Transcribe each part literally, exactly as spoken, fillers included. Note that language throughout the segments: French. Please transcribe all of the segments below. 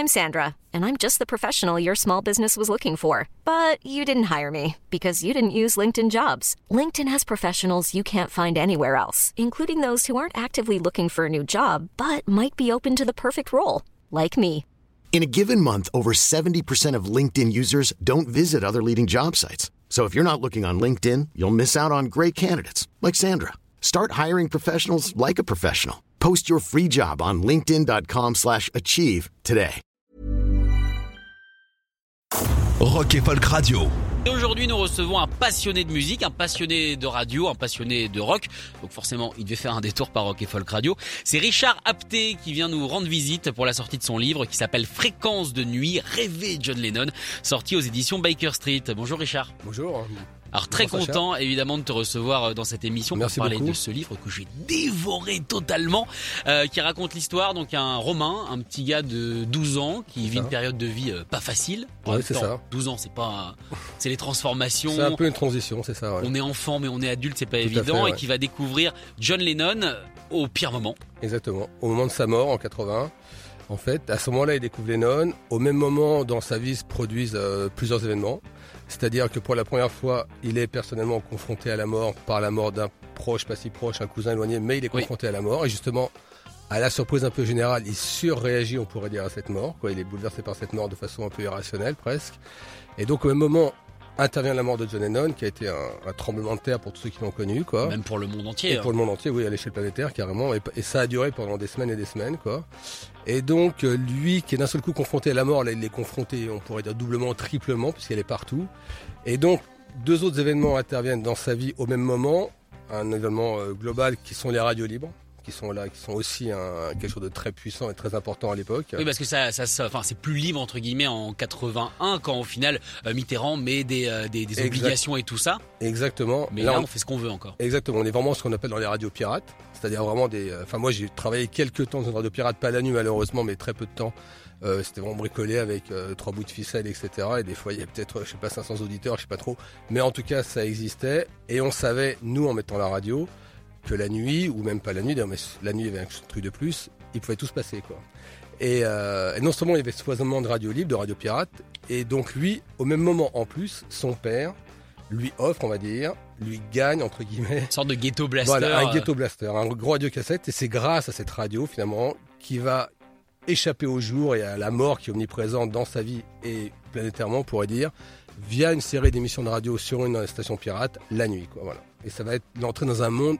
I'm Sandra, and I'm just the professional your small business was looking for. But you didn't hire me because you didn't use LinkedIn Jobs. LinkedIn has professionals you can't find anywhere else, including those who aren't actively looking for a new job, but might be open to the perfect role, like me. In a given month, over seventy percent of LinkedIn users don't visit other leading job sites. So if you're not looking on LinkedIn, you'll miss out on great candidates like Sandra. Start hiring professionals like a professional. Post your free job on linkedin.com slash achieve today. Rock et Folk Radio. Et aujourd'hui, nous recevons un passionné de musique, un passionné de radio, un passionné de rock. Donc forcément, il devait faire un détour par Rock et Folk Radio. C'est Richard Apthé qui vient nous rendre visite pour la sortie de son livre qui s'appelle Fréquence de nuit, rêver John Lennon, sorti aux éditions Baker Street. Bonjour Richard. Bonjour. Alors très Bonjour, content évidemment de te recevoir dans cette émission Merci pour parler beaucoup. de ce livre que j'ai dévoré totalement, euh, qui raconte l'histoire donc un Romain, un petit gars de douze ans qui vit ça. une période de vie euh, pas facile. En Ouais, même c'est temps, ça. douze ans, c'est pas, c'est les transformations. C'est un peu une transition, c'est ça. Ouais. On est enfant mais on est adulte, c'est pas Tout à évident, fait, ouais. et qui va découvrir John Lennon au pire moment. Exactement. Au moment de sa mort en quatre-vingts, en fait, à ce moment-là, il découvre Lennon. Au même moment, dans sa vie, se produisent euh, plusieurs événements. C'est-à-dire que pour la première fois, il est personnellement confronté à la mort par la mort d'un proche, pas si proche, un cousin éloigné, mais il est Oui. confronté à la mort. Et justement, à la surprise un peu générale, il surréagit, on pourrait dire, à cette mort. Quoi. Il est bouleversé par cette mort de façon un peu irrationnelle, presque. Et donc, au même moment, intervient la mort de John Lennon, qui a été un, un tremblement de terre pour tous ceux qui l'ont connu, quoi. Même pour le monde entier. Et pour le monde entier, oui, à l'échelle planétaire, carrément. Et, et ça a duré pendant des semaines et des semaines, quoi. Et donc, euh, lui, qui est d'un seul coup confronté à la mort, là, il est confronté, on pourrait dire doublement, triplement, puisqu'elle est partout. Et donc, deux autres événements interviennent dans sa vie au même moment. Un événement euh, global qui sont les radios libres, qui sont là, qui sont aussi un, quelque chose de très puissant et très important à l'époque. Oui, parce que ça, ça, ça enfin, c'est plus libre entre guillemets en quatre-vingt-un quand au final euh, Mitterrand met des, euh, des, des Exact. obligations et tout ça. Exactement. Mais là, on fait ce qu'on veut encore. Exactement, on est vraiment ce qu'on appelle dans les radios pirates, c'est-à-dire vraiment des... Enfin moi j'ai travaillé quelques temps dans une radio pirate, pas la nuit malheureusement, mais très peu de temps. Euh, c'était vraiment bricolé avec euh, trois bouts de ficelle, et cetera. Et des fois il y a peut-être, je sais pas, cinq cents auditeurs, je sais pas trop. Mais en tout cas ça existait et on savait, nous en mettant la radio, que la nuit, ou même pas la nuit d'ailleurs, mais la nuit il y avait un truc de plus, il pouvait tout se passer quoi. Et, euh, et non seulement il y avait ce foisonnement de radio libre, de radio pirate, et donc lui, au même moment en plus, son père lui offre, on va dire, lui gagne, entre guillemets, Une sorte de ghetto blaster. voilà, un euh, ghetto blaster, un gros radiocassette, et c'est grâce à cette radio, finalement, qui va échapper au jour et à la mort qui est omniprésente dans sa vie et planétairement, on pourrait dire, via une série d'émissions de radio sur une station pirate, la nuit, quoi, voilà. Et ça va être l'entrée dans un monde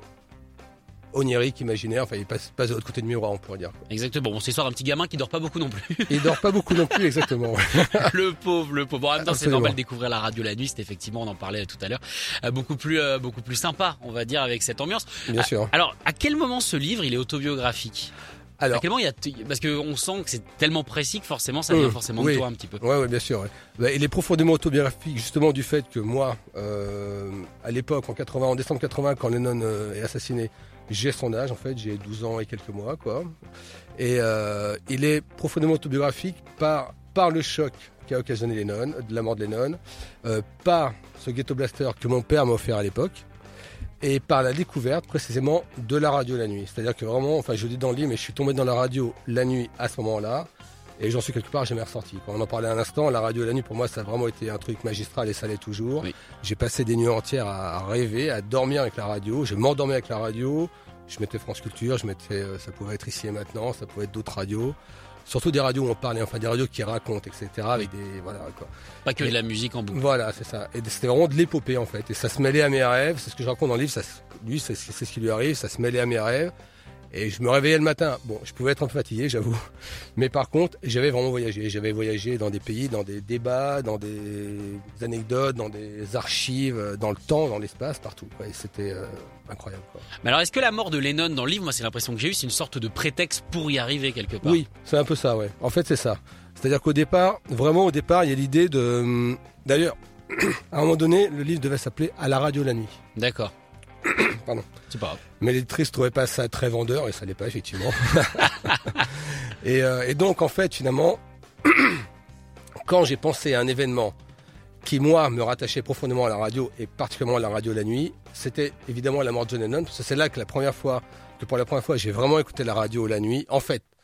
onirique, imaginaire, enfin il passe, passe de l'autre côté du miroir, on pourrait dire, quoi. Exactement. Bon, c'est l'histoire d'un petit gamin qui dort pas beaucoup non plus. Il dort pas beaucoup non plus, exactement. le pauvre, le pauvre. Bon, en même temps, c'est Absolument. normal de découvrir la radio la nuit. C'est effectivement, on en parlait tout à l'heure, euh, beaucoup plus, euh, beaucoup plus sympa, on va dire, avec cette ambiance. Bien Ah, sûr. Alors, à quel moment ce livre, il est autobiographique? À Alors, quel moment il y a, t- parce que on sent que c'est tellement précis que forcément, ça vient Mmh, forcément oui. de toi un petit peu. ouais, ouais, bien sûr. Ouais. Bah, il est profondément autobiographique, justement du fait que moi, euh, à l'époque, en quatre-vingts, en décembre quatre-vingts, quand Lennon euh, est assassiné, j'ai son âge en fait, j'ai douze ans et quelques mois, quoi. Et euh, il est profondément autobiographique par par le choc qu'a occasionné Lennon, de la mort de Lennon, euh, par ce ghetto blaster que mon père m'a offert à l'époque. Et par la découverte précisément de la radio la nuit. C'est-à-dire que vraiment, enfin je le dis dans le livre, mais je suis tombé dans la radio la nuit à ce moment-là, et j'en suis quelque part jamais ressorti. Quand on en parlait un instant, la radio la nuit pour moi ça a vraiment été un truc magistral et ça l'est toujours. Oui. J'ai passé des nuits entières à, à rêver, à dormir avec la radio, je m'endormais avec la radio, je mettais France Culture, je mettais, euh, ça pouvait être Ici et Maintenant, ça pouvait être d'autres radios. Surtout des radios où on parlait, enfin des radios qui racontent, et cetera. Avec des, voilà quoi. Pas que Et- de la musique en boucle. Voilà, c'est ça. Et c'était vraiment de l'épopée en fait. Et ça se mêlait à mes rêves. C'est ce que je raconte dans le livre. Ça, se- lui, c'est, c'est ce qui lui arrive. Ça se mêlait à mes rêves. Et je me réveillais le matin. Bon, je pouvais être un peu fatigué, j'avoue. Mais par contre, j'avais vraiment voyagé. J'avais voyagé dans des pays, dans des débats, dans des anecdotes, dans des archives, dans le temps, dans l'espace, partout, quoi. Et c'était euh, incroyable, quoi. Mais alors, est-ce que la mort de Lennon dans le livre, moi, c'est l'impression que j'ai eue, c'est une sorte de prétexte pour y arriver quelque part? Oui, c'est un peu ça, ouais. En fait, c'est ça. C'est-à-dire qu'au départ, vraiment au départ, il y a l'idée de... D'ailleurs, à un moment donné, le livre devait s'appeler « À la radio la nuit D'accord. ». Pardon. C'est pas grave. Mais l'éditrice ne trouvait pas ça très vendeur, et ça l'est pas, effectivement. et, euh, et donc, en fait, finalement, quand j'ai pensé à un événement qui, moi, me rattachait profondément à la radio, et particulièrement à la radio la nuit, c'était évidemment la mort de John Lennon, parce que c'est là que la première fois, que pour la première fois, j'ai vraiment écouté la radio la nuit. En fait,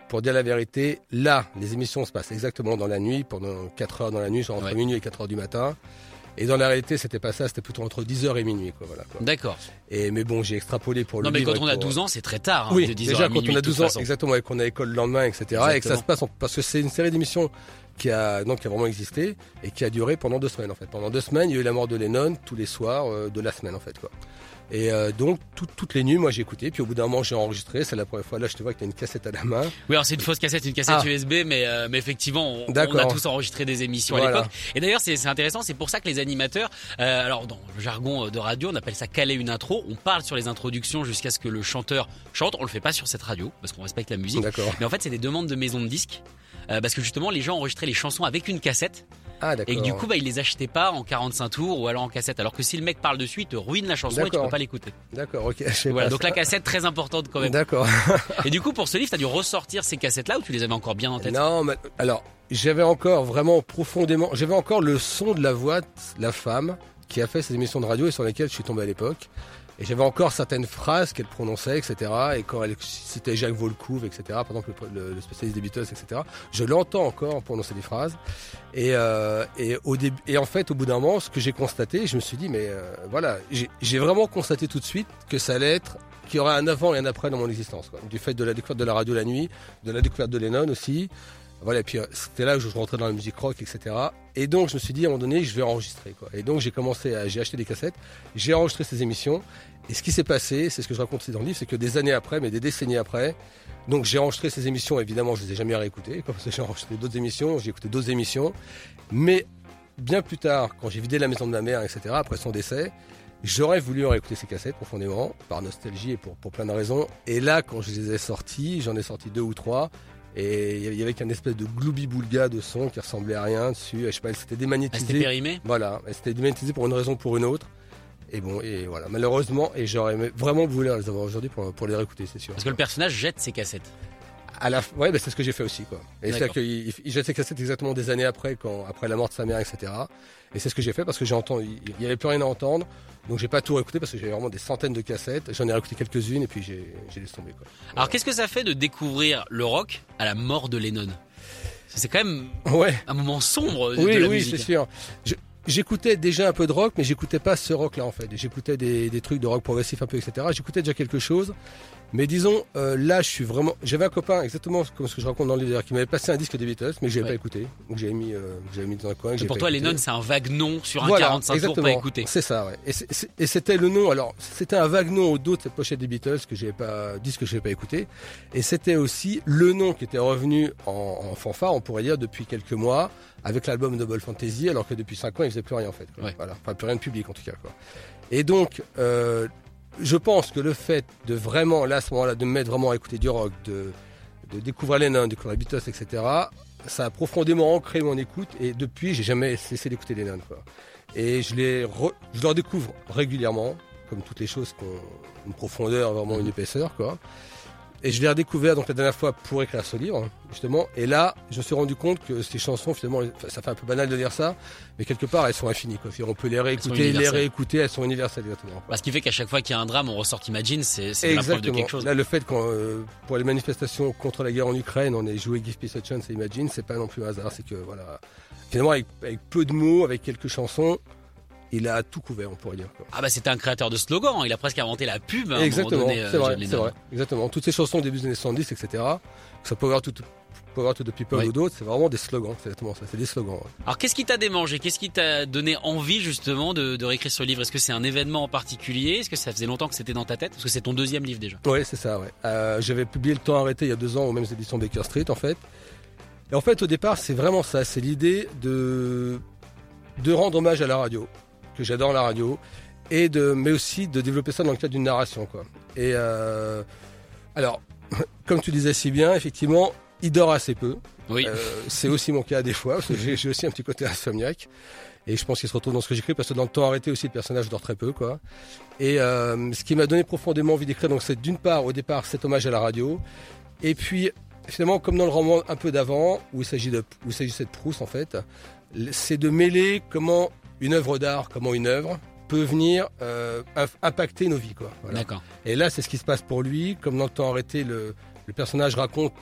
pour dire la vérité, là, les émissions se passent exactement dans la nuit, pendant quatre heures dans la nuit, genre entre Ouais. minuit et quatre heures du matin. Et dans la réalité, c'était pas ça, c'était plutôt entre dix heures et minuit, quoi, voilà, quoi. D'accord. Et, mais bon, j'ai extrapolé pour le Non, mais livre quand on et a pour- douze ans, c'est très tard. Hein, Oui, de dix heures déjà à quand minuit, on a de toute douze ans, façon. exactement, et qu'on a école le lendemain, et cetera. Et que ça se passe, en- parce que c'est une série d'émissions qui a, donc, qui a vraiment existé et qui a duré pendant deux semaines, en fait. Pendant deux semaines, il y a eu la mort de Lennon tous les soirs euh, de la semaine, en fait, quoi. Et euh, donc, tout- toutes les nuits, moi, j'ai écouté. Puis au bout d'un moment, j'ai enregistré. C'est la première fois. Là, je te vois que tu as une cassette à la main. Oui, alors c'est une fausse cassette, une cassette Ah. U S B, mais, euh, mais effectivement, on, on a D'accord. tous enregistré des émissions à Voilà. l'époque. Et d'ailleurs, c'est c'est intéressant, c'est pour ça que les animateurs, euh, alors dans le jargon de radio, on appelle ça caler une intro. On parle sur les introductions jusqu'à ce que le chanteur chante. On le fait pas sur cette radio parce qu'on respecte la musique. D'accord. Mais en fait, c'est des demandes de maisons de disques. Euh, parce que justement, les gens enregistraient les chansons avec une cassette Ah, d'accord. et que du coup, bah, ils les achetaient pas en quarante-cinq tours ou alors en cassette. Alors que si le mec parle dessus, il te ruine la chanson et tu D'accord. peux pas l'écouter. D'accord, ok. je sais Voilà, pas donc ça. la cassette très importante quand même. D'accord. Et du coup, pour ce livre, t'as dû ressortir ces cassettes-là ou tu les avais encore bien en tête? Non, mais, alors, j'avais encore vraiment profondément, j'avais encore le son de la voix de la femme qui a fait ces émissions de radio et sur lesquelles je suis tombé à l'époque. Et j'avais encore certaines phrases qu'elle prononçait, et cetera. Et quand elle citait Jacques Volcouve, et cetera, par exemple, le, le spécialiste des Beatles, et cetera, je l'entends encore prononcer des phrases. Et, euh, et, au début, et en fait, au bout d'un moment, ce que j'ai constaté, je me suis dit, mais euh, voilà, j'ai, j'ai vraiment constaté tout de suite que ça allait être, qu'il y aurait un avant et un après dans mon existence, quoi. Du fait de la découverte de la radio la nuit, de la découverte de Lennon aussi. Voilà, et puis euh, c'était là où je rentrais dans la musique rock, et cetera. Et donc je me suis dit à un moment donné, je vais enregistrer, quoi. Et donc j'ai commencé à, j'ai acheté des cassettes, j'ai enregistré ces émissions. Et ce qui s'est passé, c'est ce que je raconte aussi dans le livre, c'est que des années après, mais des décennies après, donc j'ai enregistré ces émissions. Évidemment, je les ai jamais réécoutées, parce que j'ai enregistré d'autres émissions, j'ai écouté d'autres émissions. Mais bien plus tard, quand j'ai vidé la maison de ma mère, et cetera, après son décès, j'aurais voulu réécouter ces cassettes profondément, par nostalgie et pour, pour plein de raisons. Et là, quand je les ai sorties, j'en ai sorti deux ou trois. Et il y avait qu'un espèce de gloubi-boulga de son qui ressemblait à rien dessus. Je sais pas, elle s'était Ah, démagnétisée. c'était périmé? Voilà, elle s'était démagnétisée pour une raison ou pour une autre. Et bon, et voilà, malheureusement, et j'aurais aimé vraiment voulu les avoir aujourd'hui pour, pour les réécouter, c'est sûr. Parce que le personnage jette ses cassettes. À la, ouais, bah, c'est ce que j'ai fait aussi, quoi. Et c'est D'accord. qu'il il, il jette ses cassettes exactement des années après, quand, après la mort de sa mère, et cetera. Et c'est ce que j'ai fait parce que j'ai entendu, il n'y avait plus rien à entendre. Donc j'ai pas tout réécouté parce que j'avais vraiment des centaines de cassettes. J'en ai réécouté quelques-unes et puis j'ai, j'ai laissé tomber, quoi. Alors qu'est-ce que ça fait de découvrir le rock à la mort de Lennon? C'est quand même Ouais. un moment sombre de, Oui, de la oui, musique. c'est sûr. Je- J'écoutais déjà un peu de rock, mais j'écoutais pas ce rock-là en fait. J'écoutais des, des trucs de rock progressif un peu, et cetera. J'écoutais déjà quelque chose, mais disons euh, là, je suis vraiment. J'avais un copain exactement comme ce que je raconte dans le livre, qui m'avait passé un disque des Beatles, mais que j'avais Ouais. pas écouté, donc j'avais mis, euh, que j'avais mis dans un coin. que Et j'avais pour pas toi, écouté. Lennon, c'est un vague nom sur un Voilà, quarante-cinq tours pas exactement. écouté. C'est ça, ouais. Et, c'est- c'est- et c'était le nom. Alors, c'était un vague nom au dos de cette pochette des Beatles que j'avais pas, disque que j'avais pas écouté. Et c'était aussi le nom qui était revenu en, en fanfare, on pourrait dire, depuis quelques mois, avec l'album Double Fantasy, alors que depuis cinq ans, il faisait plus rien en fait, quoi. Ouais. Voilà, enfin plus rien de public en tout cas, quoi. Et donc, euh, je pense que le fait de vraiment, là, à ce moment-là, de me mettre vraiment à écouter du rock, de, de découvrir Lennon, de découvrir les Beatles, et cetera, ça a profondément ancré mon écoute. Et depuis, j'ai jamais cessé d'écouter Lennon, quoi. Et je les, re- je le redécouvre régulièrement, comme toutes les choses qui ont une profondeur, vraiment une épaisseur, quoi. Et je l'ai redécouvert donc la dernière fois pour écrire ce livre, justement. Et là, je me suis rendu compte que ces chansons, finalement, ça fait un peu banal de dire ça, mais quelque part, elles sont infinies, quoi. On peut les réécouter, les universelles. réécouter, elles sont universelles, exactement. Bah, ce qui fait qu'à chaque fois qu'il y a un drame, on ressort Imagine, c'est c'est la preuve de Exactement. quelque chose. Là, le fait qu'on, euh, pour les manifestations contre la guerre en Ukraine, on ait joué Give Peace a Chance et Imagine, c'est pas non plus un hasard. C'est que, voilà, finalement, avec, avec peu de mots, avec quelques chansons, il a tout couvert, on pourrait dire, quoi. Ah bah c'était un créateur de slogan, il a presque inventé la pub à un Exactement, moment donné, euh, c'est vrai, John c'est Lennon. vrai, exactement. Toutes ces chansons au début des années soixante-dix, et cetera, que ça Power to, Power to the People Oui. ou d'autres, c'est vraiment des slogans, c'est exactement ça, c'est des slogans. Ouais. Alors qu'est-ce qui t'a démangé? Qu'est-ce qui t'a donné envie justement de, de réécrire ce livre? Est-ce que c'est un événement en particulier? Est-ce que ça faisait longtemps que c'était dans ta tête? Parce que c'est ton deuxième livre déjà. Ouais, c'est ça, ouais. Euh, j'avais publié Le Temps arrêté il y a deux ans aux mêmes éditions Baker Street, en fait. Et en fait, au départ, c'est vraiment ça, c'est l'idée de, de rendre hommage à la radio, que j'adore la radio, et de, mais aussi de développer ça dans le cadre d'une narration, quoi. Et euh, alors, comme tu disais si bien, effectivement, il dort assez peu. Oui. Euh, c'est aussi mon cas des fois, parce que j'ai, j'ai aussi un petit côté insomniaque. Et je pense qu'il se retrouve dans ce que j'écris, parce que dans Le Temps arrêté aussi, le personnage dort très peu, quoi. Et euh, ce qui m'a donné profondément envie d'écrire, donc c'est d'une part, au départ, cet hommage à la radio. Et puis, finalement, comme dans le roman un peu d'avant, où il s'agit de, où il s'agissait de Proust, en fait, c'est de mêler comment une œuvre d'art, comment une œuvre peut venir euh, impacter nos vies, quoi. Voilà. D'accord. Et là, c'est ce qui se passe pour lui. Comme dans Le Temps arrêté, le, le personnage raconte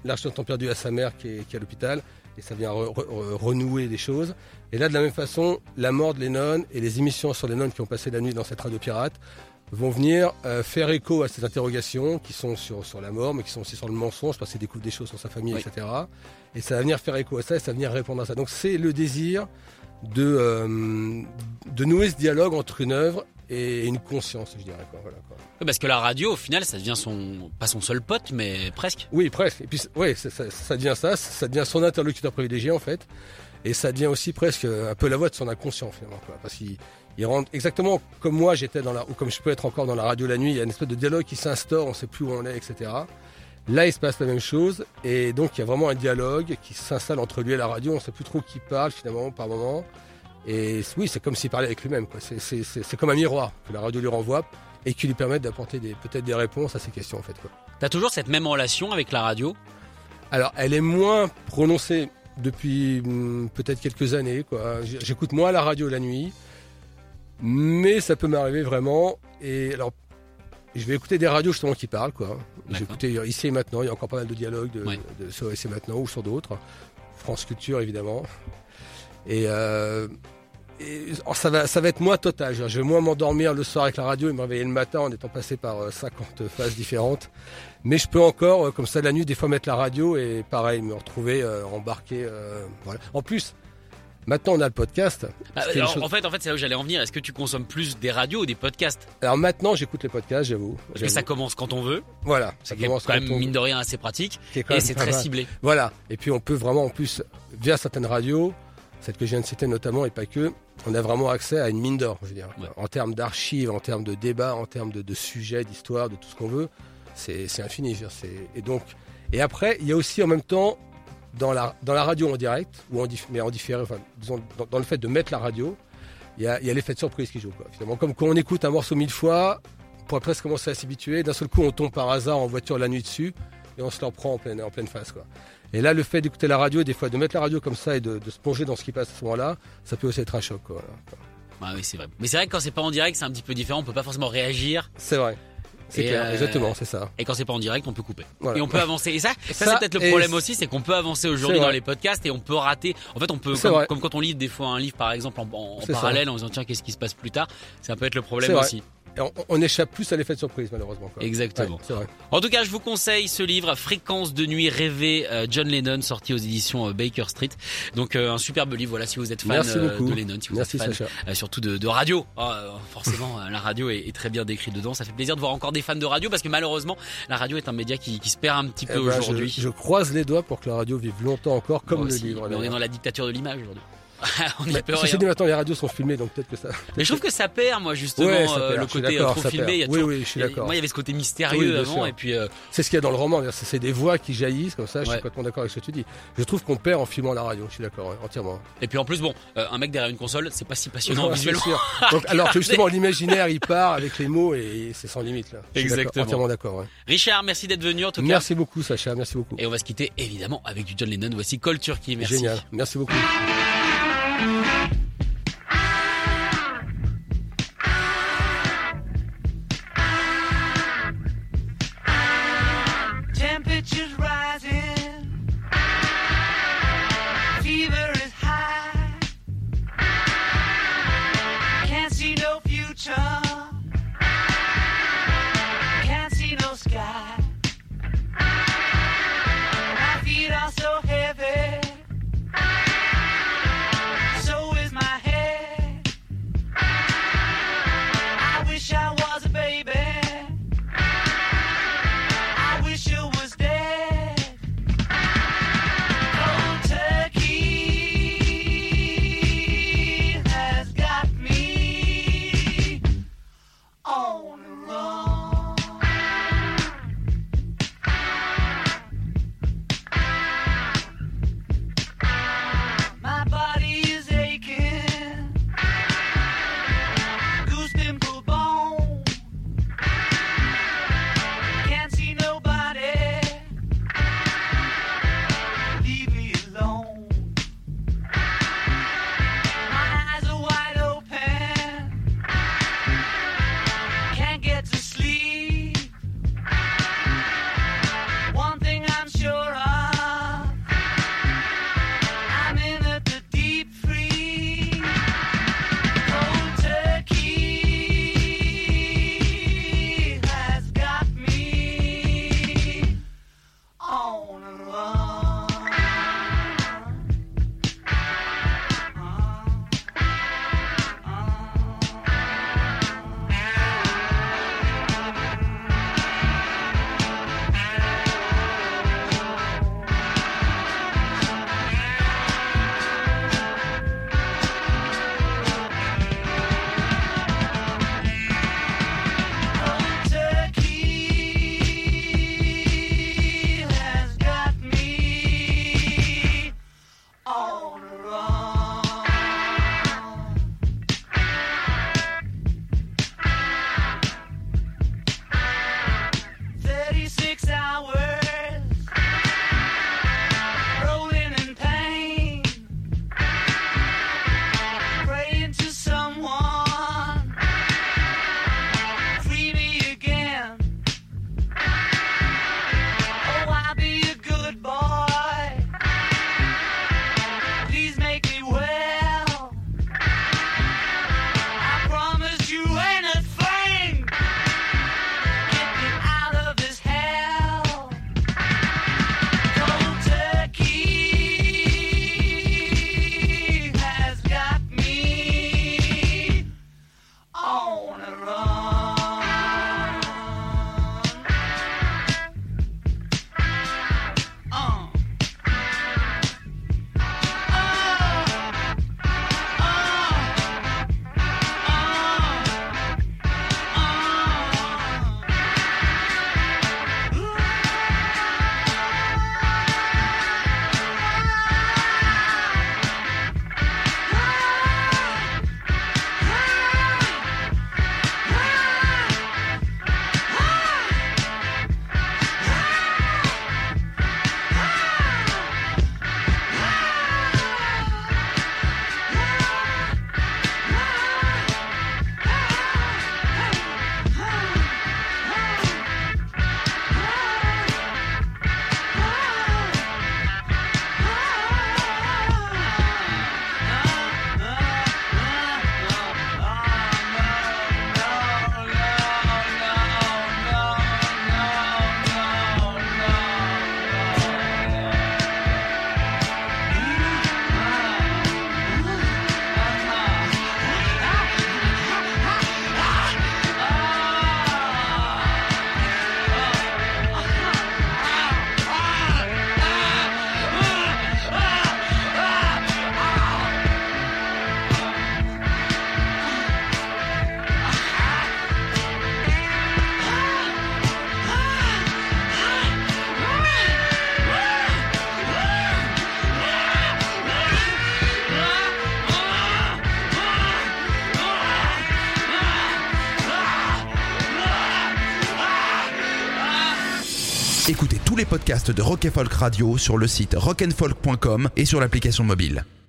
l'argent de temps perdu à sa mère qui est, qui est à l'hôpital, et ça vient re, re, renouer des choses. Et là, de la même façon, la mort de Lennon et les émissions sur Lennon qui ont passé la nuit dans cette radio pirate vont venir euh, faire écho à ces interrogations qui sont sur, sur la mort, mais qui sont aussi sur le mensonge, parce qu'il découvre des choses sur sa famille, oui. et cetera. Et ça va venir faire écho à ça, et ça va venir répondre à ça. Donc c'est le désir de, euh, de nouer ce dialogue entre une œuvre et une conscience, je dirais. Quoi. Voilà, quoi. Oui, parce que la radio, au final, ça devient son, pas son seul pote, mais presque. Oui, presque. Et puis, oui, ça, ça, ça devient ça, ça devient son interlocuteur privilégié, en fait. Et ça devient aussi presque un peu la voix de son inconscient, finalement. Quoi. Parce qu'il il rentre exactement comme moi, j'étais dans la, ou comme je peux être encore dans la radio la nuit, il y a une espèce de dialogue qui s'instaure, on ne sait plus où on est, et cetera. Là, il se passe la même chose. Et donc, il y a vraiment un dialogue qui s'installe entre lui et la radio. On ne sait plus trop qui parle, finalement, par moment. Et oui, c'est comme s'il parlait avec lui-même. Quoi. C'est, c'est, c'est, c'est comme un miroir que la radio lui renvoie et qui lui permet d'apporter des, peut-être des réponses à ces questions, en fait. Quoi. T'as toujours cette même relation avec la radio ? Alors, elle est moins prononcée depuis hum, peut-être quelques années. Quoi. J'écoute moins la radio la nuit, mais ça peut m'arriver vraiment. Et alors, je vais écouter des radios justement qui parlent. Quoi. J'ai écouté Ici et Maintenant, il y a encore pas mal de dialogues de, ouais. de, de, sur Ici et Maintenant ou sur d'autres. France Culture, évidemment. Et, euh, et ça, va, ça va être moins total. Je vais moins m'endormir le soir avec la radio et me réveiller le matin en étant passé par cinquante phases différentes. Mais je peux encore, comme ça, la nuit, des fois mettre la radio et pareil, me retrouver euh, embarqué. Euh, voilà. En plus, maintenant on a le podcast. Ah, alors, chose... En fait, en fait, c'est là où j'allais en venir. Est-ce que tu consommes plus des radios ou des podcasts ? Alors maintenant, j'écoute les podcasts, j'avoue. Parce que ça commence quand on veut. Voilà. Ça commence quand même, on... mine de rien, assez pratique. Et c'est très mal. ciblé. Voilà. Et puis on peut vraiment, en plus, via certaines radios, celle que je viens de citer notamment et pas que, on a vraiment accès à une mine d'or, je veux dire. Ouais. En termes d'archives, en termes de débats, en termes de, de sujets, d'histoire, de tout ce qu'on veut, c'est, c'est infini. Je veux dire, c'est... Et donc, et après, il y a aussi en même temps dans la dans la radio en direct ou en diff... mais en différé, enfin, disons dans, dans le fait de mettre la radio, il y a, il y a l'effet de surprise qui joue. Quoi. Finalement, comme quand on écoute un morceau mille fois, on pourrait presque commencer à s'y habituer. D'un seul coup, on tombe par hasard en voiture la nuit dessus et on se l'en prend en pleine en pleine face, quoi. Et là, le fait d'écouter la radio, des fois de mettre la radio comme ça et de, de se plonger dans ce qui passe à ce moment-là, ça peut aussi être un choc. Quoi. Ah oui, c'est vrai. Mais c'est vrai que quand c'est pas en direct, c'est un petit peu différent. On peut pas forcément réagir. C'est vrai. C'est et clair, euh... exactement, c'est ça. Et quand c'est pas en direct, on peut couper. Voilà. Et on peut avancer. Et ça, ça, ça c'est peut-être le problème aussi, c'est qu'on peut avancer aujourd'hui dans les podcasts et on peut rater. En fait, on peut, comme, comme quand on lit des fois un livre, par exemple, en, en parallèle, ça. en disant tiens, qu'est-ce qui se passe plus tard. Ça peut être le problème aussi. On, on échappe plus à l'effet de surprise, malheureusement. Quoi. Exactement. Ouais, c'est vrai. En tout cas, je vous conseille ce livre, Fréquence de nuit rêvée, euh, John Lennon, sorti aux éditions euh, Baker Street. Donc, euh, un superbe livre. Voilà, si vous êtes fan euh, de Lennon, si vous Merci, êtes fan, euh, surtout de, de radio. Oh, euh, forcément, la radio est, est très bien décrite dedans. Ça fait plaisir de voir encore des fans de radio, parce que malheureusement, la radio est un média qui, qui se perd un petit peu eh ben, aujourd'hui. Je, je croise les doigts pour que la radio vive longtemps encore, comme Moi le aussi, livre. Mais on est dans la dictature de l'image aujourd'hui. on mais, ceci dit, maintenant les radios sont filmées, donc peut-être que ça. Mais je trouve que ça perd, moi, justement, ouais, ça euh, perd, le côté trop filmé. Il y a oui, toujours... oui, je suis d'accord. Moi, il y avait ce côté mystérieux oui, avant, sûr. et puis. Euh... C'est ce qu'il y a dans le roman. C'est, c'est des voix qui jaillissent comme ça. Je ouais. suis complètement d'accord avec ce que tu dis. Je trouve qu'on perd en filmant la radio. Je suis d'accord, ouais, entièrement. Et puis en plus, bon, euh, un mec derrière une console, c'est pas si passionnant ouais, visuellement. donc, alors que justement, l'imaginaire, il part avec les mots et c'est sans limite là. Je suis Exactement. D'accord, entièrement d'accord. Ouais. Richard, merci d'être venu en tout cas. Merci beaucoup, Sacha. Merci beaucoup. Et on va se quitter évidemment avec du John Lennon. Voici Cold Turkey. Merci. Génial. Merci beaucoup. Temperatures rising, fever is high, can't see no future, can't see no sky, my feet are so heavy, Écoutez tous les podcasts de Rock and Folk Radio sur le site rock and folk point com et sur l'application mobile.